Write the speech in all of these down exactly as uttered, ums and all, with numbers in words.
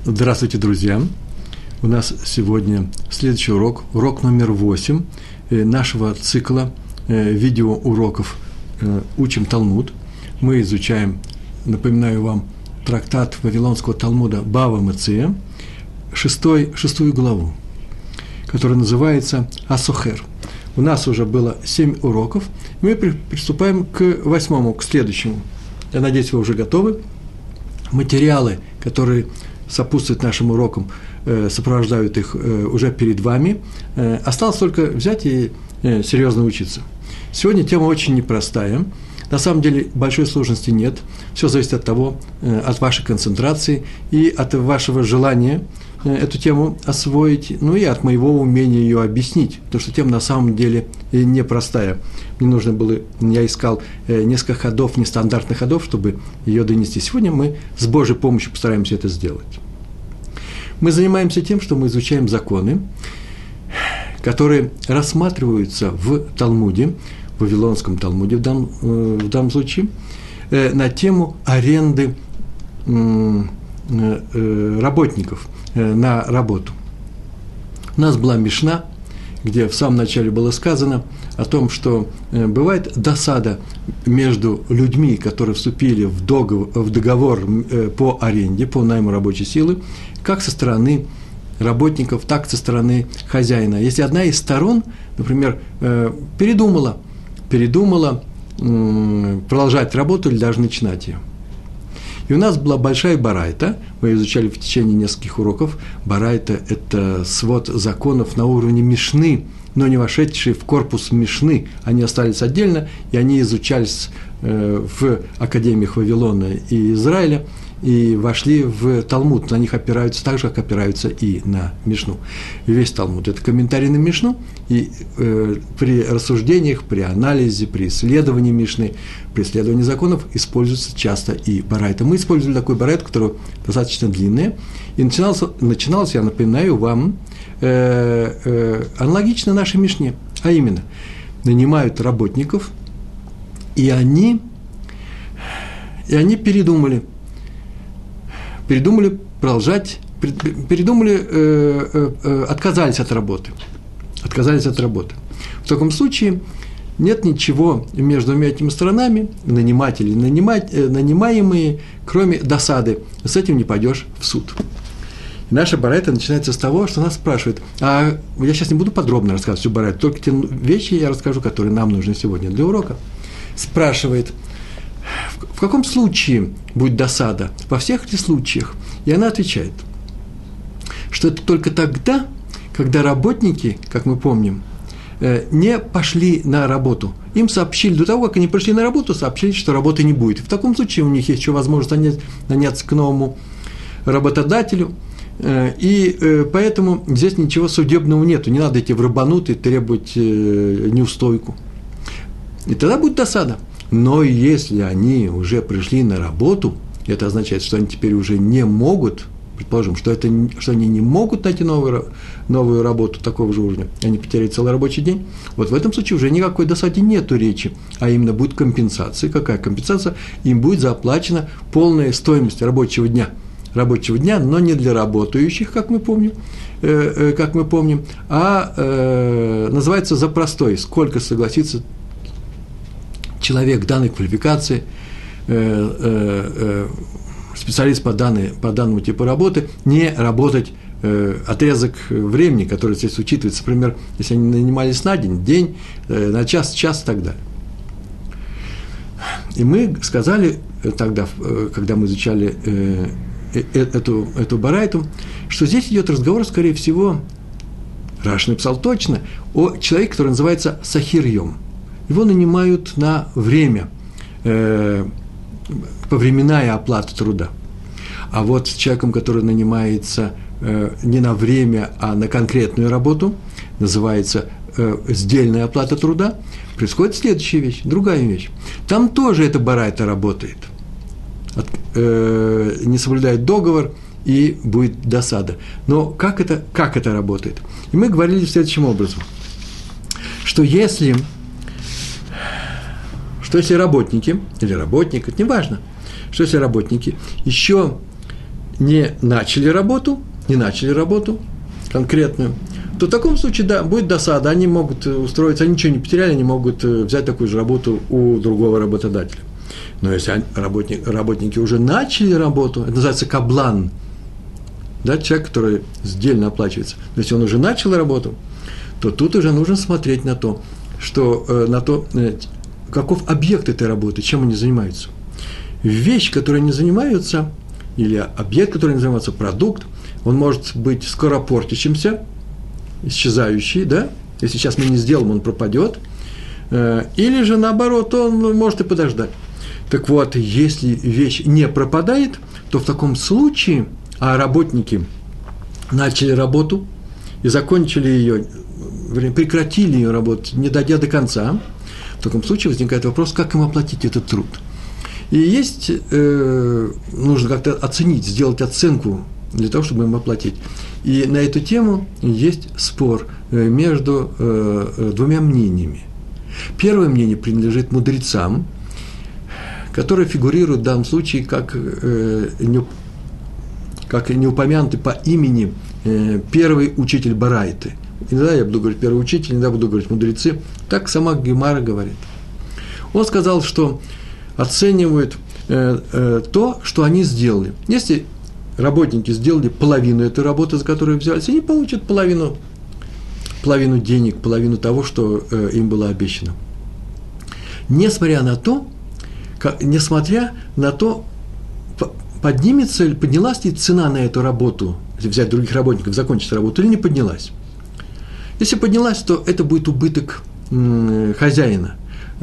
Здравствуйте, друзья! У нас сегодня следующий урок, урок номер восемь нашего цикла видеоуроков «Учим Талмуд». Мы изучаем, напоминаю вам, трактат Вавилонского Талмуда Бава Меция, шестой, шестую главу, которая называется «Асохер». У нас уже было семь уроков, мы приступаем к восьмому, к следующему. Я надеюсь, вы уже готовы. Материалы, которые сопутствуют нашим урокам, сопровождают их уже перед вами. Осталось только взять и серьезно учиться. Сегодня тема очень непростая. На самом деле большой сложности нет. Все зависит от того, от вашей концентрации и от вашего желания эту тему освоить, ну и от моего умения ее объяснить, потому что тема на самом деле непростая. Мне нужно было, я искал несколько ходов, нестандартных ходов, чтобы ее донести. Сегодня мы с Божьей помощью постараемся это сделать. Мы занимаемся тем, что мы изучаем законы, которые рассматриваются в Талмуде, в Вавилонском Талмуде в данном, в данном случае, на тему аренды работников на работу. У нас была Мишна, где в самом начале было сказано о том, что бывает досада между людьми, которые вступили в договор, в договор по аренде, по найму рабочей силы, как со стороны работников, так и со стороны хозяина. Если одна из сторон, например, передумала, передумала продолжать работу или даже начинать ее. И у нас была большая барайта, мы ее изучали в течение нескольких уроков. Барайта – это свод законов на уровне Мишны, но не вошедшие в корпус Мишны. Они остались отдельно, и они изучались в академиях Вавилона и Израиля, и вошли в Талмуд. На них опираются так же, как опираются и на Мишну. И весь Талмуд – это комментарий на Мишну, и э, при рассуждениях, при анализе, при исследовании Мишны, при исследовании законов используется часто и барайта. Мы использовали такой барайт, который достаточно длинный, и начиналось, начиналось, я напоминаю вам, э, э, аналогично нашей Мишне, а именно, нанимают работников, и они, и они передумали, передумали продолжать, передумали, э, э, отказались от работы, отказались от работы. В таком случае нет ничего между этими сторонами, наниматели, нанимать, э, нанимаемые, кроме досады. С этим не пойдешь в суд. И наша барайта начинается с того, что нас спрашивают, а я сейчас не буду подробно рассказывать всю барайту, только те вещи я расскажу, которые нам нужны сегодня для урока. Спрашивает, в каком случае будет досада? Во всех ли случаях? И она отвечает, что это только тогда, когда работники, как мы помним, не пошли на работу. Им сообщили, до того, как они пришли на работу, сообщили, что работы не будет. В таком случае у них есть еще возможность нанять, наняться к новому работодателю. И поэтому здесь ничего судебного нету. Не надо идти в рабанут и требовать неустойку. И тогда будет досада. Но если они уже пришли на работу, это означает, что они теперь уже не могут, предположим, что, это, что они не могут найти новую, новую работу такого же уровня, они потеряют целый рабочий день, вот в этом случае уже никакой досаде нету речи, а именно будет компенсация. Какая компенсация? Им будет заплачена полная стоимость рабочего дня. Рабочего дня, но не для работающих, как мы помним, э, э, как мы помним, а э, называется за простой, сколько согласится человек данной квалификации, э, э, э, специалист по, данной, по данному типу работы, не работать э, отрезок времени, который здесь учитывается, например, если они нанимались на день, день, э, на час, час и так далее. И мы сказали тогда, когда мы изучали э, эту, эту барайту, что здесь идет разговор, скорее всего, Раш написал точно, о человеке, который называется сахир-йом. Его нанимают на время, э, повременная оплата труда. А вот с человеком, который нанимается э, не на время, а на конкретную работу, называется э, сдельная оплата труда, происходит следующая вещь, другая вещь. Там тоже эта барайта работает. От, э, не соблюдает договор, и будет досада. Но как это, как это работает? И мы говорили следующим образом, что если... что если работники, или работник, это не важно, что если работники еще не начали работу, не начали работу конкретную, то в таком случае, да, будет досада, они могут устроиться, они ничего не потеряли, они могут взять такую же работу у другого работодателя. Но если работник, работники уже начали работу, это называется каблан, да, человек, который сдельно оплачивается, но если он уже начал работу, то тут уже нужно смотреть на то, что, на то, каков объект этой работы, чем они занимаются. Вещь, которой они занимаются, или объект, которым они занимаются, продукт, он может быть скоропортящимся, исчезающий, да, если сейчас мы не сделаем, он пропадет, или же наоборот, он может и подождать. Так вот, если вещь не пропадает, то в таком случае, а работники начали работу и закончили ее, прекратили ее работу, не дойдя до конца, в таком случае возникает вопрос, как им оплатить этот труд. И есть, э, нужно как-то оценить, сделать оценку для того, чтобы им оплатить. И на эту тему есть спор между э, двумя мнениями. Первое мнение принадлежит мудрецам, которые фигурируют в данном случае как, э, не, как не упомянуты по имени э, первый учитель Барайты. Иногда я буду говорить первый учитель, иногда буду говорить мудрецы. Так сама Гемара говорит. Он сказал, что оценивают э, э, то, что они сделали. Если работники сделали половину этой работы, за которую взялись, они получат половину, половину денег, половину того, что э, им было обещано. Несмотря на то, как, несмотря на то, поднимется, поднялась ли цена на эту работу, если взять других работников, закончить работу, или не поднялась. Если поднялась, то это будет убыток м, хозяина.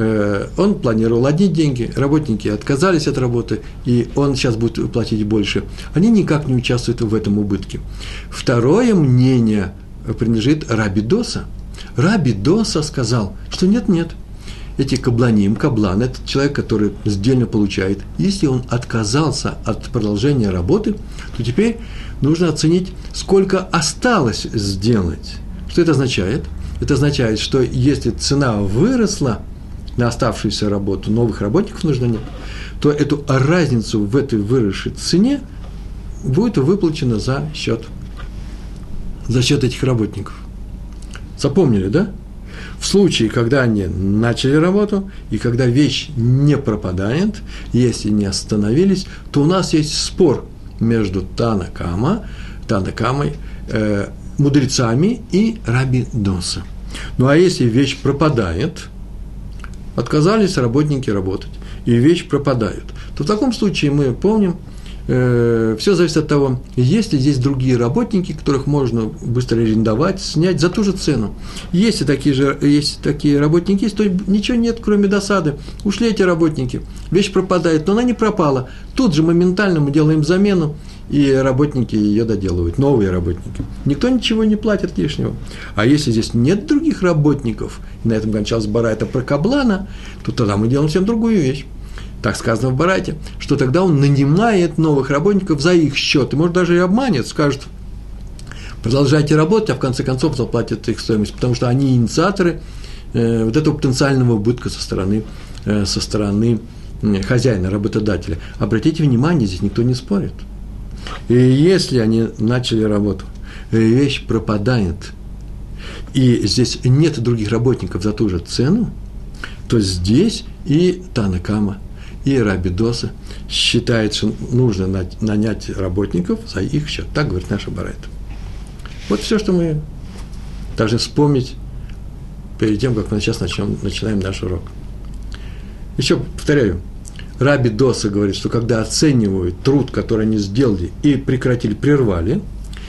Он планировал одни деньги, работники отказались от работы, и он сейчас будет платить больше. Они никак не участвуют в этом убытке. Второе мнение принадлежит Раби Доса. Раби Доса сказал, что нет-нет, эти кабланим, каблан, это человек, который сдельно получает. Если он отказался от продолжения работы, то теперь нужно оценить, сколько осталось сделать. Что это означает? Это означает, что если цена выросла на оставшуюся работу, новых работников нужно нет, то эту разницу в этой выросшей цене будет выплачена за счет, за счет этих работников. Запомнили, да? В случае, когда они начали работу, и когда вещь не пропадает, если не остановились, то у нас есть спор между Танакама, Танакамой, э, мудрецами и Раби Доса. Ну, а если вещь пропадает, отказались работники работать, и вещь пропадает, то в таком случае мы помним, э, все зависит от того, есть ли здесь другие работники, которых можно быстро арендовать, снять за ту же цену. Если такие, же, если такие работники есть, то ничего нет, кроме досады. Ушли эти работники, вещь пропадает, но она не пропала. Тут же моментально мы делаем замену, и работники ее доделывают, новые работники. Никто ничего не платит лишнего. А если здесь нет других работников, и на этом кончалась барайта про каблана, то тогда мы делаем совсем другую вещь. Так сказано в барайте, что тогда он нанимает новых работников за их счет, и может даже и обманет, скажет, продолжайте работать, а в конце концов заплатят их стоимость, потому что они инициаторы э, вот этого потенциального убытка со стороны, э, со стороны э, хозяина, работодателя. Обратите внимание, здесь никто не спорит. И если они начали работу, вещь пропадает, и здесь нет других работников за ту же цену, то здесь и Танакама, и Раби Доса считает, что нужно нанять работников за их счет. Так говорит наша барайта. Вот все, что мы должны вспомнить перед тем, как мы сейчас начнем, начинаем наш урок. Еще повторяю. Раби Доса говорит, что когда оценивают труд, который они сделали и прекратили, прервали,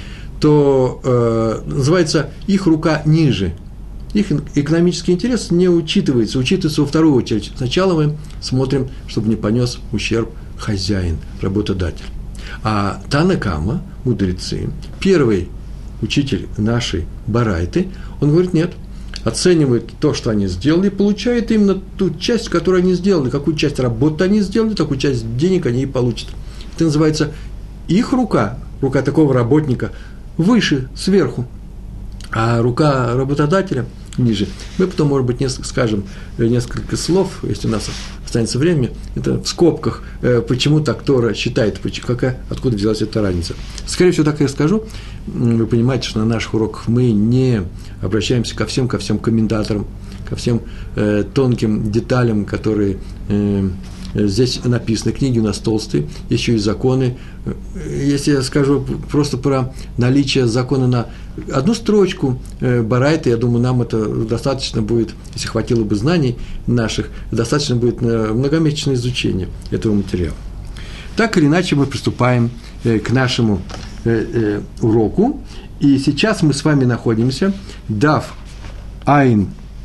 то э, называется их рука ниже. Их экономический интерес не учитывается, учитывается во вторую очередь. Сначала мы смотрим, чтобы не понес ущерб хозяин, работодатель. А Танакама, мудрецы, первый учитель нашей барайты, он говорит, нет, оценивает то, что они сделали, и получает именно ту часть, которую они сделали. Какую часть работы они сделали, такую часть денег они и получат. Это называется их рука, рука такого работника, выше, сверху, а рука работодателя ниже. Мы потом, может быть, несколько, скажем несколько слов, если у нас останется время, это в скобках, почему так Тора считает, какая, откуда взялась эта разница. Скорее всего, так я скажу. Вы понимаете, что на наших уроках мы не обращаемся ко всем, ко всем комментаторам, ко всем э, тонким деталям, которые э, здесь написаны. Книги у нас толстые, еще и законы. Если я скажу просто про наличие закона на одну строчку э, барайта, я думаю, нам это достаточно будет, если хватило бы знаний наших, достаточно будет на многомесячное изучение этого материала. Так или иначе мы приступаем э, к нашему э, э, уроку. И сейчас мы с вами находимся Дав Айн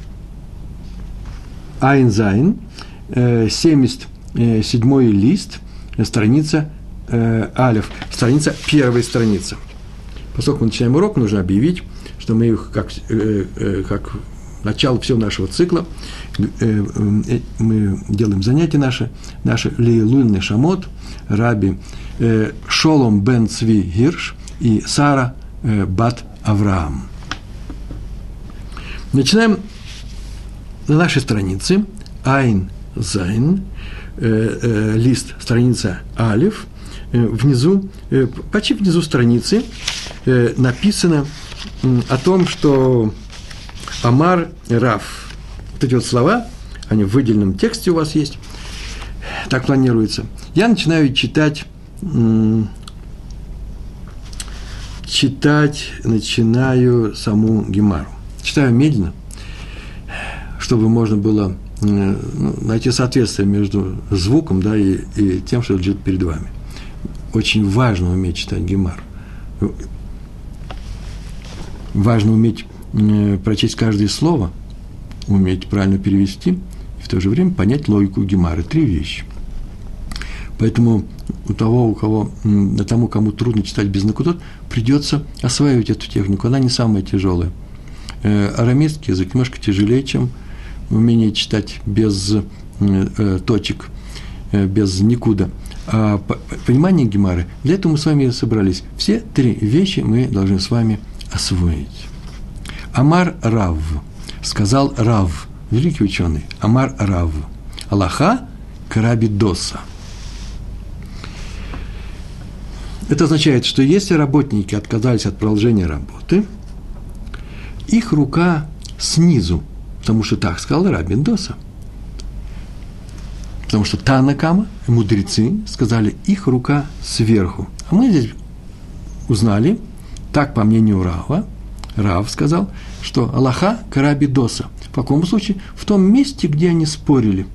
Айн Зайн, семьдесят седьмой лист, страница э, Алеф, страница, первая страница. Поскольку мы начинаем урок, нужно объявить, что мы, как, э, э, как начало всего нашего цикла, э, э, мы делаем занятия наши, наши Лейлуль Нешамот, Раби э, Шолом бен Цви Гирш и Сара э, бат Авраам. Начинаем на нашей странице Айн Зайн, э, э, лист, страница Алеф, э, внизу, э, почти внизу страницы э, написано э, о том, что Амар Рав, вот эти вот слова, они в выделенном тексте у вас есть, так планируется. Я начинаю читать, э, читать, начинаю саму Гемару. Читаю медленно, чтобы можно было ну, найти соответствие между звуком, да, и, и тем, что лежит перед вами. Очень важно уметь читать Гемару. Важно уметь э, прочесть каждое слово, уметь правильно перевести, и в то же время понять логику Гемары. Три вещи. Поэтому у того, у кого, тому, кому трудно читать без накудот, придется осваивать эту технику. Она не самая тяжелая. Э, арамейский язык немножко тяжелее, чем умение читать без э, точек, э, без никуда. А понимание Гемары, для этого мы с вами собрались. Все три вещи мы должны с вами освоить. Амар Рав, сказал Рав, великий ученый, Амар Рав, Аллаха Караби Доса. Это означает, что если работники отказались от продолжения работы, их рука снизу, потому что так сказал Раби Доса. Потому что Тана Кама, мудрецы, сказали, их рука сверху. А мы здесь узнали, так по мнению Рава, Рав сказал, что Аллаха Караби Доса. В каком случае? В том месте, где они спорили.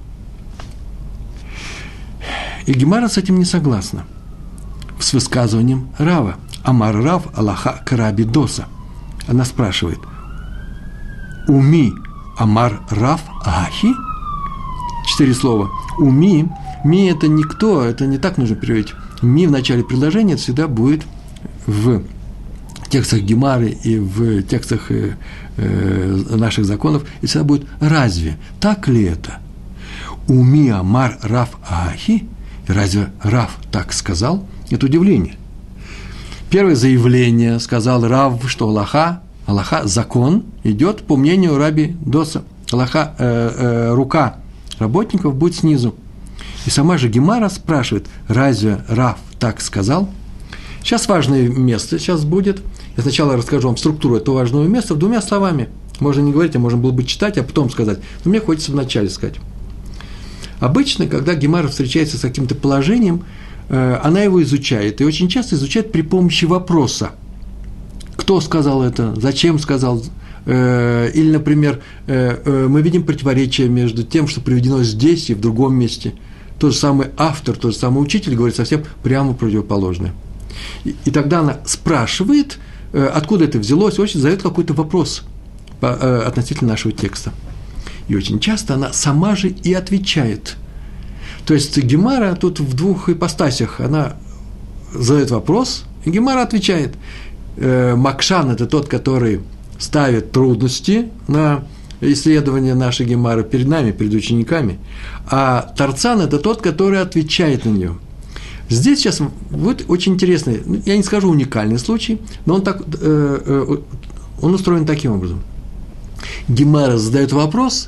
И Гемара с этим не согласна. С высказыванием Рава. Амар Рав Аллаха Караби Доса. Она спрашивает, Уми Амар Рав Ахи? Четыре слова. Уми. Ми – это никто, это не так нужно переводить. Ми в начале предложения всегда будет в текстах Гемары и в текстах э, э, наших законов, и всегда будет «разве?» Так ли это? Уми Амар Рав Ахи? Разве Рав так сказал? Это удивление. Первое заявление сказал Рав, что Аллаха, Аллаха, закон, идет по мнению Раби Доса. Аллаха, э, э, рука работников будет снизу. И сама же Гемара спрашивает, разве Рав так сказал? Сейчас важное место сейчас будет. Я сначала расскажу вам структуру этого важного места двумя словами. Можно не говорить, а можно было бы читать, а потом сказать. Но мне хочется вначале сказать. Обычно, когда Гемара встречается с каким-то положением, э, она его изучает. И очень часто изучает при помощи вопроса. Кто сказал это? Зачем сказал? Э, или, например, э, э, мы видим противоречие между тем, что приведено здесь и в другом месте. Тот же самый автор, тот же самый учитель говорит совсем прямо противоположное. И, и тогда она спрашивает, э, откуда это взялось, очень задает какой-то вопрос по, э, относительно нашего текста. И очень часто она сама же и отвечает. То есть Гемара тут в двух ипостасях. Она задает вопрос, и Гемара отвечает. Э, Макшан – это тот, который ставит трудности на исследование нашей Гемары перед нами, перед учениками. А Тарцан – это тот, который отвечает на нее. Здесь сейчас вот очень интересный, я не скажу уникальный случай, но он, так, э, э, он устроен таким образом. Гемара задает вопрос,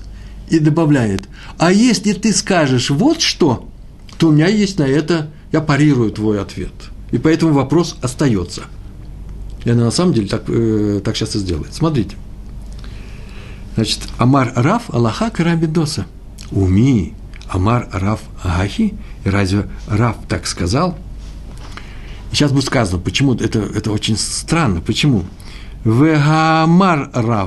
И добавляет, а если ты скажешь вот что, то у меня есть на это, я парирую твой ответ. И поэтому вопрос остается. И она на самом деле так, э, так сейчас и сделает. Смотрите. Значит, Амар Рав Аллаха Карамидоса. Уми, Амар Рав Агахи. И разве Рав так сказал? Сейчас будет сказано, почему это, это очень странно. Почему? Вегамар Рав.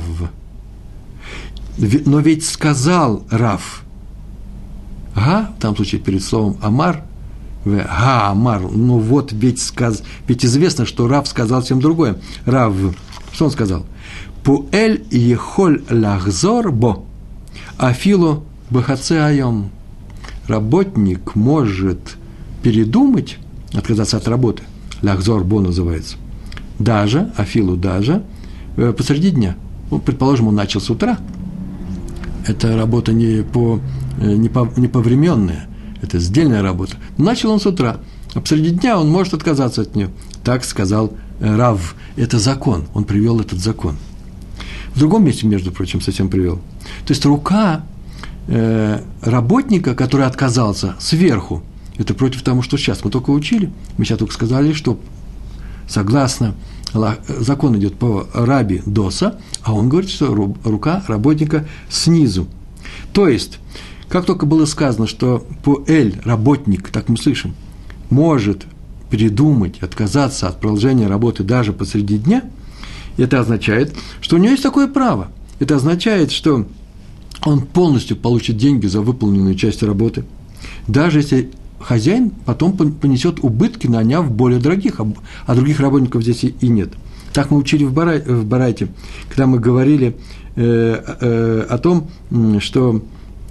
Но ведь сказал Рав. Га, в том случае перед словом Амар, га, Амар, ну вот ведь, сказ, ведь известно, что Рав сказал всем другое. Рав, что он сказал? Пуэль ехоль лахзор бо, афило бахаце айом. Работник может передумать, отказаться от работы. Лахзор бо называется. Даже, афилу даже, посреди дня. Ну, предположим, он начал с утра. Это работа не, по, не, по, не повременная, это сдельная работа. Начал он с утра, а посреди дня он может отказаться от нее. Так сказал Рав. Это закон, он привел этот закон. В другом месте, между прочим, совсем привел. То есть рука э, работника, который отказался сверху, это против того, что сейчас мы только учили. Мы сейчас только сказали, что согласно закон идет по Раби Доса, а он говорит, что рука работника снизу. То есть, как только было сказано, что Пуэль, работник, так мы слышим, может передумать, отказаться от продолжения работы даже посреди дня, это означает, что у него есть такое право. Это означает, что он полностью получит деньги за выполненную часть работы, даже если хозяин потом понесет убытки, наняв более дорогих, а других работников здесь и нет. Так мы учили в Барайте, в Барайте, когда мы говорили э, э, о том, что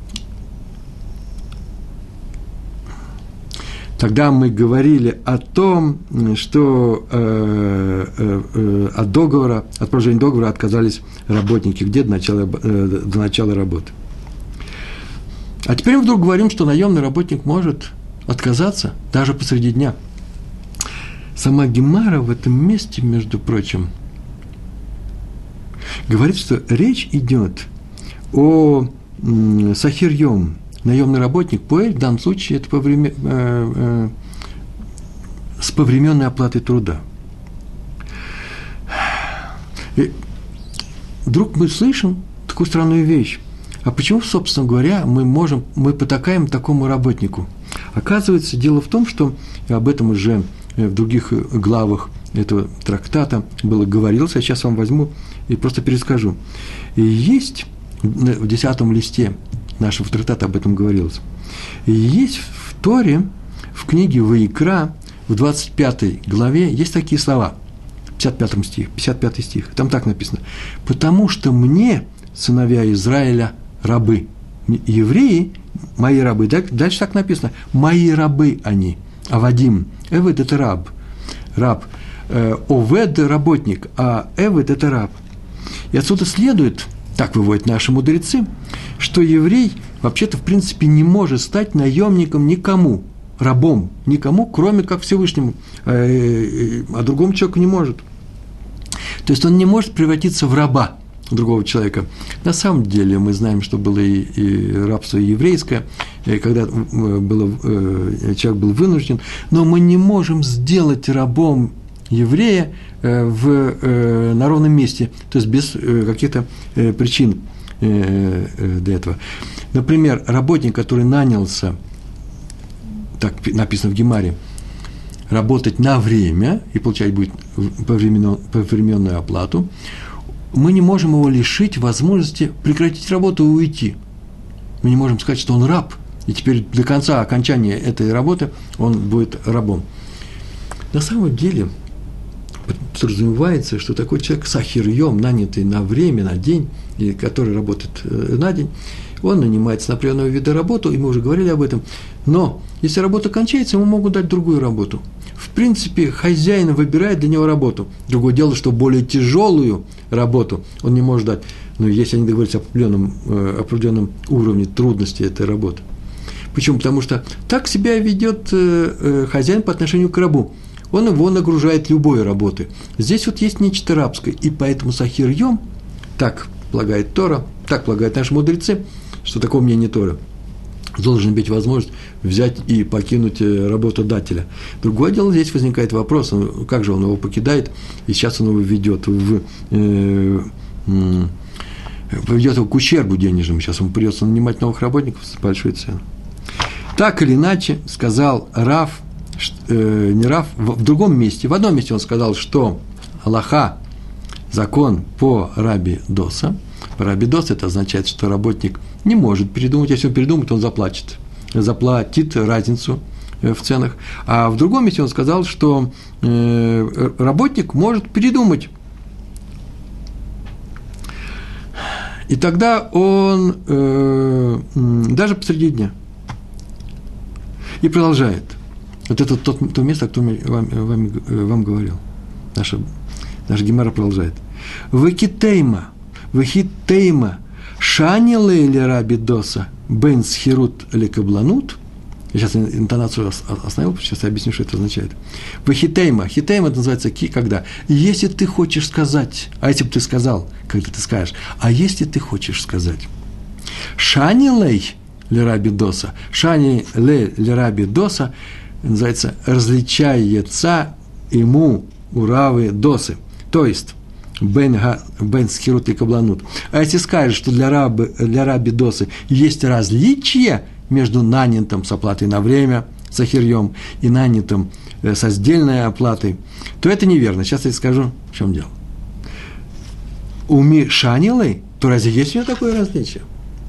тогда мы говорили о том, что э, э, от договора, от продолжения договора отказались работники где до начала, э, до начала работы. А теперь мы вдруг говорим, что наемный работник может отказаться даже посреди дня. Сама Гемара в этом месте, между прочим, говорит, что речь идет о сахирьем, наемный работник, пуэль, в данном случае это повремен, э, э, с повременной оплатой труда. И вдруг мы слышим такую странную вещь. А почему, собственно говоря, мы можем, мы потакаем такому работнику? Оказывается, дело в том, что об этом уже в других главах этого трактата было говорилось, я сейчас вам возьму и просто перескажу. И есть в десятом листе нашего трактата об этом говорилось. И есть в Торе, в книге Ваикра, в двадцать пятой главе, есть такие слова, пятьдесят пятый стих, пятьдесят пятый стих, там так написано: «Потому что мне, сыновья Израиля, рабы». Евреи, мои рабы, дальше так написано, мои рабы они, авадим, эвед – это раб, раб, овед – работник, а эвед – это раб. И отсюда следует, так выводят наши мудрецы, что еврей вообще-то в принципе не может стать наемником никому, рабом никому, кроме как Всевышнему, а другому человеку не может. То есть он не может превратиться в раба другого человека. На самом деле мы знаем, что было и, и рабство еврейское, и когда было, человек был вынужден, но мы не можем сделать рабом еврея в, на ровном месте, то есть без каких-то причин для этого. Например, работник, который нанялся, так написано в Гемаре, работать на время и получать будет повременную оплату, мы не можем его лишить возможности прекратить работу и уйти. Мы не можем сказать, что он раб, и теперь до конца окончания этой работы он будет рабом. На самом деле подразумевается, что такой человек сахирьем, нанятый на время, на день, и который работает на день, он нанимается на определенного вида работу, и мы уже говорили об этом. Но если работа кончается, ему могут дать другую работу. В принципе, хозяин выбирает для него работу. Другое дело, что более тяжелую работу он не может дать. Но если они договорятся о определенном, э, определенном уровне трудности этой работы. Почему? Потому что так себя ведет э, э, хозяин по отношению к рабу. Он его нагружает любой работой. Здесь вот есть нечто рабское. И поэтому сахирьем, так полагает Тора, так полагают наши мудрецы, что такое мнение Торы. Должен быть возможность взять и покинуть работодателя. Другое дело, здесь возникает вопрос, ну, как же он его покидает, и сейчас он его ведет в, э, э, ведет его к ущербу денежному, сейчас ему придется нанимать новых работников за большую цену. Так или иначе, сказал Рав, э, не Рав, в, в другом месте, в одном месте он сказал, что алаха, закон по Раби Доса. По Раби Доса это означает, что работник не может передумать, если он передумает, он заплатит, заплатит разницу в ценах. А в другом месте он сказал, что э, работник может передумать. И тогда он э, даже посреди дня. И продолжает. Вот это тот, то место, о котором я вам, вам, вам говорил. Наша, наша Гемара продолжает. Векитейма, вехитейма, шани лейли Раби Доса, бен схирут ли кабланут. Я сейчас интонацию остановил, сейчас я объясню, что это означает. Вехитейма, хитейма это называется ки, когда. Если ты хочешь сказать, а если бы ты сказал, когда ты скажешь, а если ты хочешь сказать, шани лей ли Раби Доса, шани лей ли Раби Доса, называется, различается ему у Равы Досы. То есть, бен, бен схирут и кабланут. А если скажешь, что для Раби, для Раби Досы есть различия между нанятым с оплатой на время, с ахирьем, и нанятым со сдельной оплатой, то это неверно. Сейчас я скажу, в чем дело. У Мишанилы, то разве есть у него такое различие?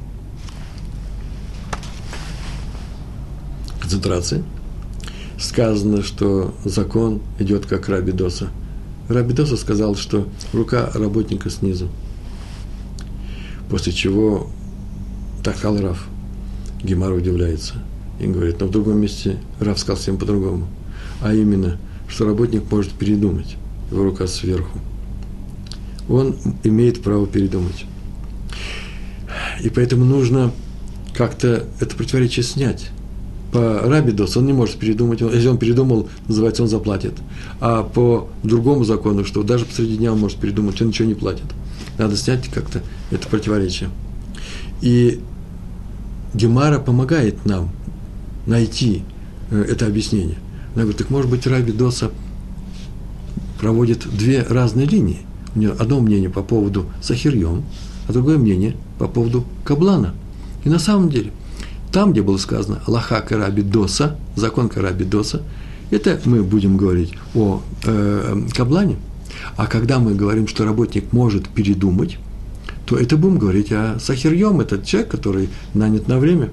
Концентрация. Сказано, что закон идет как Раби Доса. Раби Доса сказал, что рука работника снизу. После чего так сказал Рав. Гемара удивляется и говорит, но в другом месте Рав сказал всем по-другому. А именно, что работник может передумать, его рука сверху. Он имеет право передумать. И поэтому нужно как-то это противоречие снять. По Раби Досу он не может передумать. Если он передумал, называется, он заплатит. А по другому закону, что даже посреди дня он может передумать, он ничего не платит. Надо снять как-то это противоречие. И Гемара помогает нам найти это объяснение. Она говорит, так может быть, Раби Доса проводит две разные линии. У него одно мнение по поводу сахирьем, а другое мнение по поводу каблана. И на самом деле, там, где было сказано «Алаха караби доса», закон караби доса, это мы будем говорить о э, каблане. А когда мы говорим, что работник может передумать, то это будем говорить о сахирьем, этот человек, который нанят на время.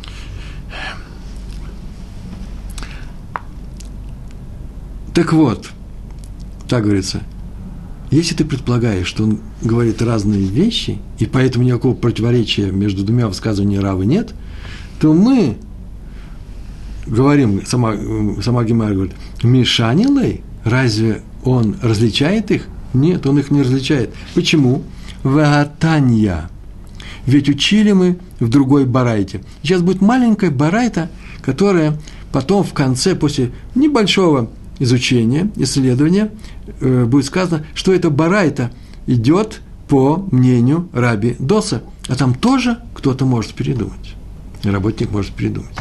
Так вот, так говорится, если ты предполагаешь, что он говорит разные вещи, и поэтому никакого противоречия между двумя высказываниями Равы нет, то мы говорим, сама, сама Гемара говорит, Мишанилей, разве он различает их? Нет, он их не различает. Почему? Ваатанья. Ведь учили мы в другой барайте. Сейчас будет маленькая барайта, которая потом в конце, после небольшого изучения, исследования, будет сказано, что эта барайта идет по мнению Раби Доса. А там тоже кто-то может передумать. Работник может передумать.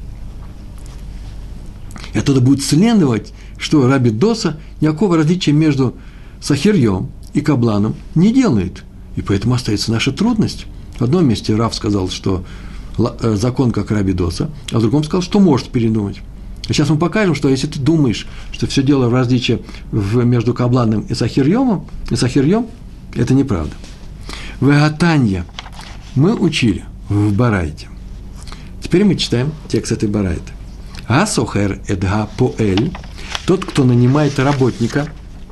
И оттуда будет следовать, что Раби Доса никакого различия между сахирьем и кабланом не делает. И поэтому остается наша трудность. В одном месте Рав сказал, что закон как Раби Доса, а в другом сказал, что может передумать. А сейчас мы покажем, что если ты думаешь, что все дело в различии между кабланом и сахирьем, и сахирьем, это неправда. Вегатанья мы учили в барайте. Теперь мы читаем текст этой барайты. Асохер эдга поэль, тот, кто нанимает работника,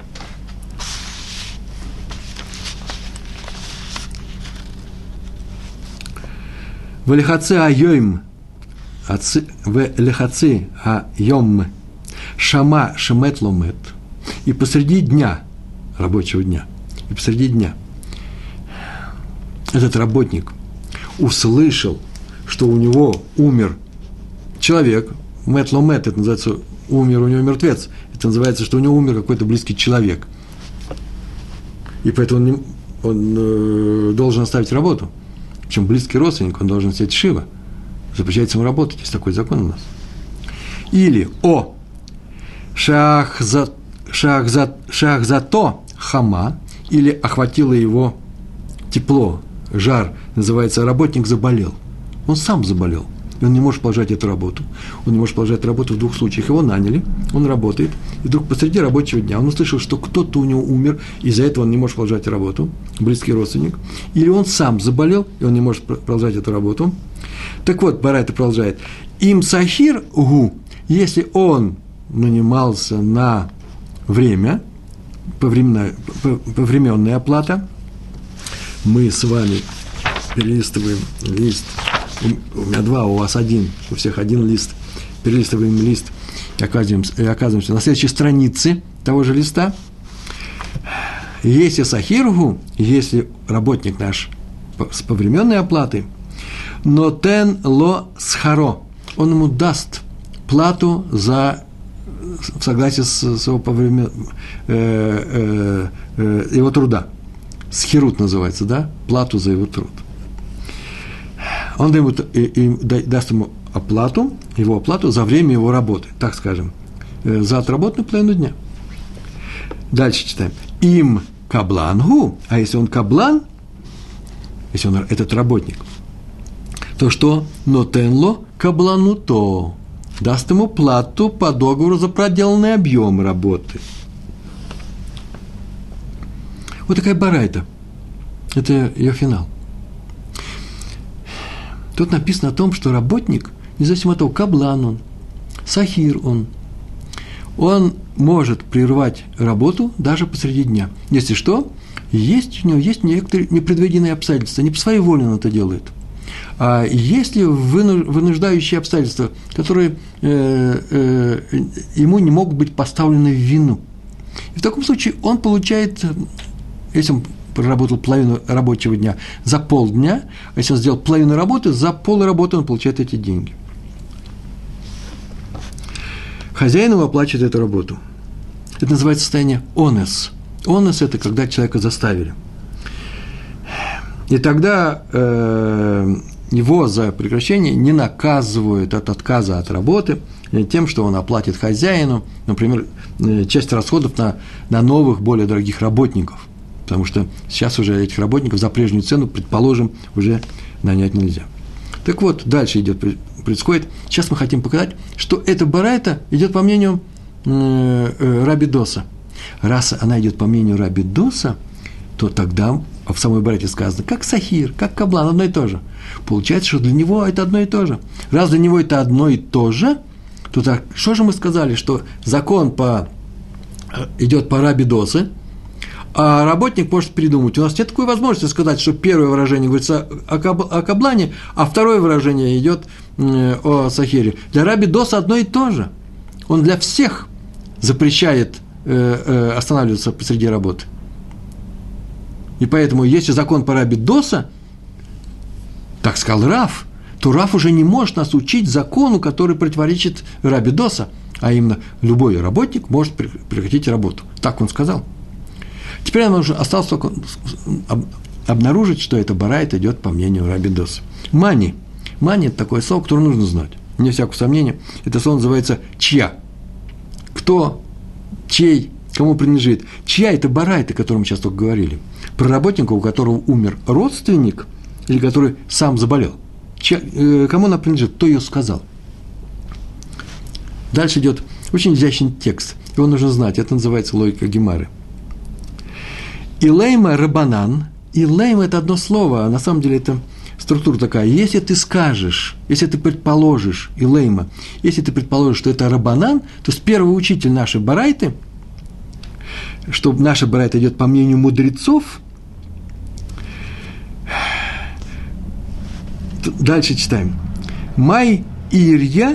велихаци айойм, велихаци айом, шама шемет ломет, и посреди дня, рабочего дня, и посреди дня этот работник услышал, что у него умер человек, мет ломет, это называется, умер у него мертвец, это называется, что у него умер какой-то близкий человек, и поэтому он, не, он э, должен оставить работу. Причем близкий родственник, он должен сидеть шива. Запрещается ему работать, есть такой закон у нас. Или о шахза, шахза, шахзато хама, или охватило его тепло, жар, называется, работник заболел. Он сам заболел, и он не может продолжать эту работу. Он не может продолжать работу в двух случаях. Его наняли, он работает, и вдруг посреди рабочего дня он услышал, что кто-то у него умер, и из-за этого он не может продолжать работу, близкий родственник. Или он сам заболел, и он не может продолжать эту работу. Так вот, Барайта продолжает. Им сахир гу, если он нанимался на время, повременная, повременная оплата, мы с вами перелистываем лист, у меня два, у вас один, у всех один лист, перелистываем лист и оказываемся, и оказываемся на следующей странице того же листа. Если сахиргу, если работник наш с повременной оплатой, но тен ло схаро, он ему даст плату за, в согласии с, с его, повремен, э, э, э, его труда. Схирут называется, да? Плату за его труд. Он ему, и, и, даст ему оплату, его оплату за время его работы, так скажем, э, за отработанную половину дня. Дальше читаем. Им каблангу, а если он каблан, если он этот работник, то что? Нотенло каблану то. Даст ему плату по договору за проделанный объем работы. Вот такая барайта. Это ее финал. Тут написано о том, что работник, независимо от того, каблан он, сахир он, он может прервать работу даже посреди дня. Если что, есть у него есть некоторые непредвиденные обстоятельства, не по своей воле он это делает. А есть ли вынуждающие обстоятельства, которые э, э, ему не могут быть поставлены в вину? И в таком случае он получает, если он проработал половину рабочего дня за полдня, а если он сделал половину работы, за пол работы он получает эти деньги. Хозяин ему оплачивает эту работу. Это называется состояние онес. Онес – это когда человека заставили. И тогда э, его за прекращение не наказывают от отказа от работы тем, что он оплатит хозяину, например, часть расходов на, на новых, более дорогих работников. Потому что сейчас уже этих работников за прежнюю цену, предположим, уже нанять нельзя. Так вот, дальше идет, происходит. Сейчас мы хотим показать, что эта барайта идет по мнению э, э, Раби Доса. Раз она идет по мнению Раби Доса, то тогда в самой барайте сказано, как сахир, как каблан, одно и то же. Получается, что для него это одно и то же. Раз для него это одно и то же, то так, что же мы сказали, что закон по, идет по Раби Досе, а работник может передумать. У нас нет такой возможности сказать, что первое выражение говорится о каблане, а второе выражение идет о сахире. Для Раби Доса одно и то же. Он для всех запрещает останавливаться посреди работы. И поэтому, если закон по Раби Доса, так сказал Рав, то Рав уже не может нас учить закону, который противоречит Раби Доса, а именно любой работник может прекратить работу. Так он сказал. Теперь нам уже осталось только обнаружить, что эта барайта идет по мнению Раби Доса. Мани. Мани – это такое слово, которое нужно знать. Не всякого сомнения. Это слово называется «чья». Кто, чей, кому принадлежит. Чья – это барайта, о которой мы сейчас только говорили. Про работника, у которого умер родственник, или который сам заболел. Чья, э, кому она принадлежит, кто ее сказал. Дальше идет очень изящный текст. Его нужно знать. Это называется логика Гемары. Илейма рабанан. Илейма – это одно слово, а на самом деле это структура такая. Если ты скажешь, если ты предположишь, илейма, если ты предположишь, что это рабанан, то с первого учителя нашей барайты, что наша барайта идет по мнению мудрецов, дальше читаем. Май ирья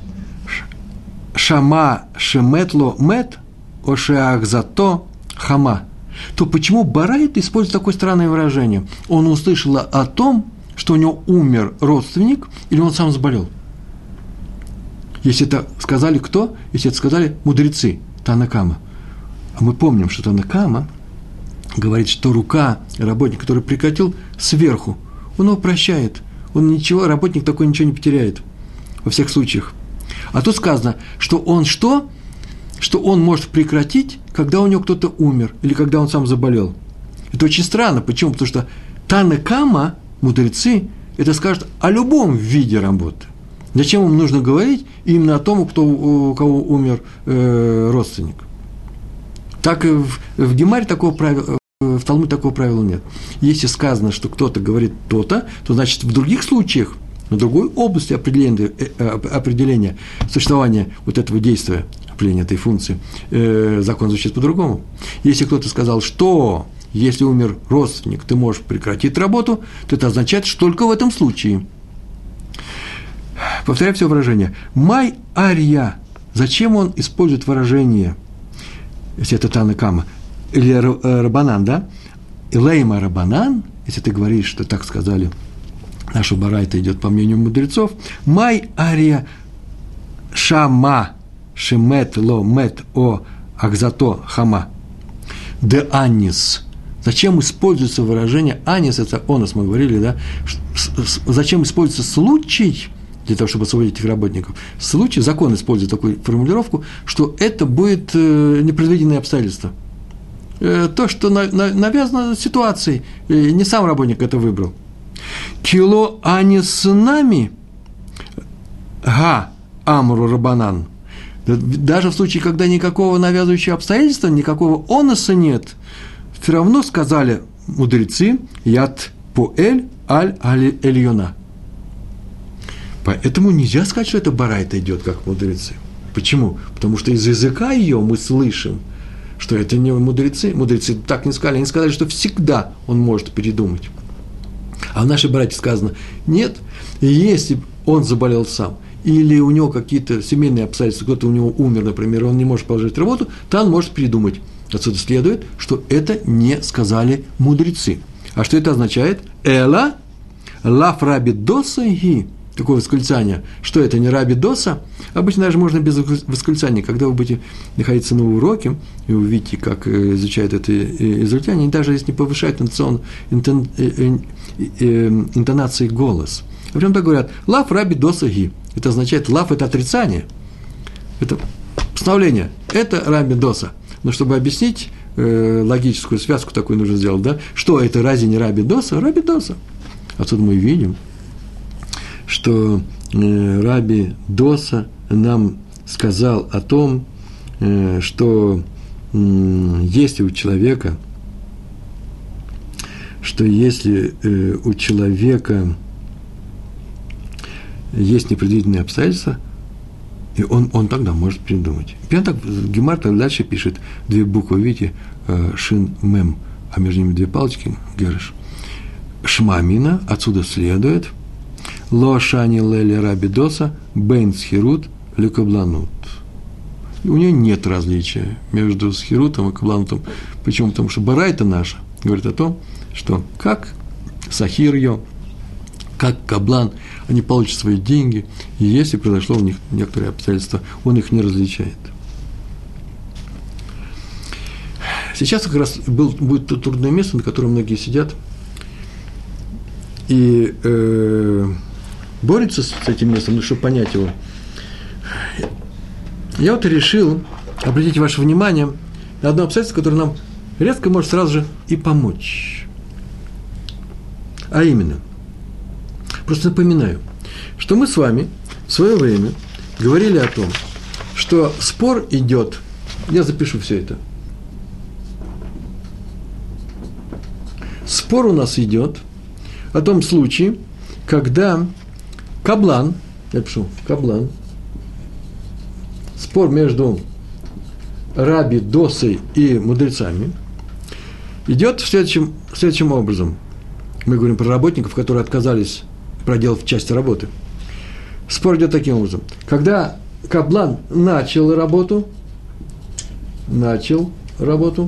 шама шеметло мет ошеах зато хама. То почему барайт использует такое странное выражение? Он услышал о том, что у него умер родственник, или он сам заболел. Если это сказали кто? Если это сказали мудрецы, Тана Кама. А мы помним, что Тана Кама говорит, что рука работника, который прекратил, сверху. он его прощает. Он ничего, работник такой ничего не потеряет во всех случаях. А тут сказано, что он что? Что он может прекратить, когда у него кто-то умер или когда он сам заболел. Это очень странно. Почему? Потому что Тана Кама, мудрецы, это скажут о любом виде работы. Зачем им нужно говорить именно о том, кто, у кого умер э, родственник? Так и в, в Гемаре такого правила, в Талмуде такого правила нет. Если сказано, что кто-то говорит то-то, то значит в других случаях, на другой области определения, определения существования вот этого действия, определения этой функции, э, закон звучит по-другому. Если кто-то сказал, что если умер родственник, ты можешь прекратить работу, то это означает, что только в этом случае. Повторяю все выражение. Май ария. Зачем он использует выражение, если это Тана Кама, или Рабанан, да? Илейма Рабанан, если ты говоришь, что так сказали, наша барайта идет по мнению мудрецов, Май ария шама шемет ло мет о акзато хама де анис. Зачем используется выражение анис, это онос, мы говорили, да? Зачем используется случай для того, чтобы освободить этих работников? Случай, закон использует такую формулировку, что это будет непредвиденные обстоятельства. То, что навязано ситуацией, не сам работник это выбрал. Кило анис нами га амру рабанан. Даже в случае, когда никакого навязывающего обстоятельства, никакого оноса нет, все равно сказали мудрецы яд поэль аль аль эльона. Поэтому нельзя сказать, что это барайта идет, как мудрецы. Почему? Потому что из языка ее мы слышим, что это не мудрецы. Мудрецы так не сказали. Они сказали, что всегда он может передумать. А в нашей барайте сказано, нет, если он заболел сам, или у него какие-то семейные обстоятельства, кто-то у него умер, например, он не может продолжать работу, то он может передумать. Отсюда следует, что это не сказали мудрецы. А что это означает? Эла лаф раби доса ги. Такое восклицание. Что это, не раби доса? Обычно даже можно без восклицания. Когда вы будете находиться на уроке, и вы увидите, как изучают это израильтяне, даже если не повышают интонации голос. А прям так говорят, лаф раби доса ги. Это означает, лаф – это отрицание. Это постановление. Это раби доса. Но чтобы объяснить э, логическую связку такую нужно сделать, да? Что это, разве не раби доса? Раби доса. Отсюда мы видим, что э, раби доса нам сказал о том, э, что э, если у человека, что если э, у человека есть непредвиденные обстоятельства, и он, он тогда может придумать. Прямо так Гемар дальше пишет две буквы, видите, шин мем, а между ними две палочки, герыш. Шмамина, отсюда следует, ло шани лели раби доса, бейн схирут лекабланут. У нее нет различия между схирутом и кабланутом. Почему? Потому что барайта наша говорит о том, что как сахир ее, как каблан, они получат свои деньги, и если произошло у них некоторые обстоятельства, он их не различает. Сейчас как раз был, будет то трудное место, на котором многие сидят, и э, борются с этим местом, ну, чтобы понять его. Я вот решил обратить ваше внимание на одно обстоятельство, которое нам резко может сразу же и помочь. А именно, просто напоминаю, что мы с вами в свое время говорили о том, что спор идет, я запишу все это, спор у нас идет о том случае, когда каблан, я пишу, каблан, спор между раби досой и мудрецами идет следующим, следующим образом. Мы говорим про работников, которые отказались проделав часть работы. Спор идет таким образом. Когда каблан начал работу, начал работу,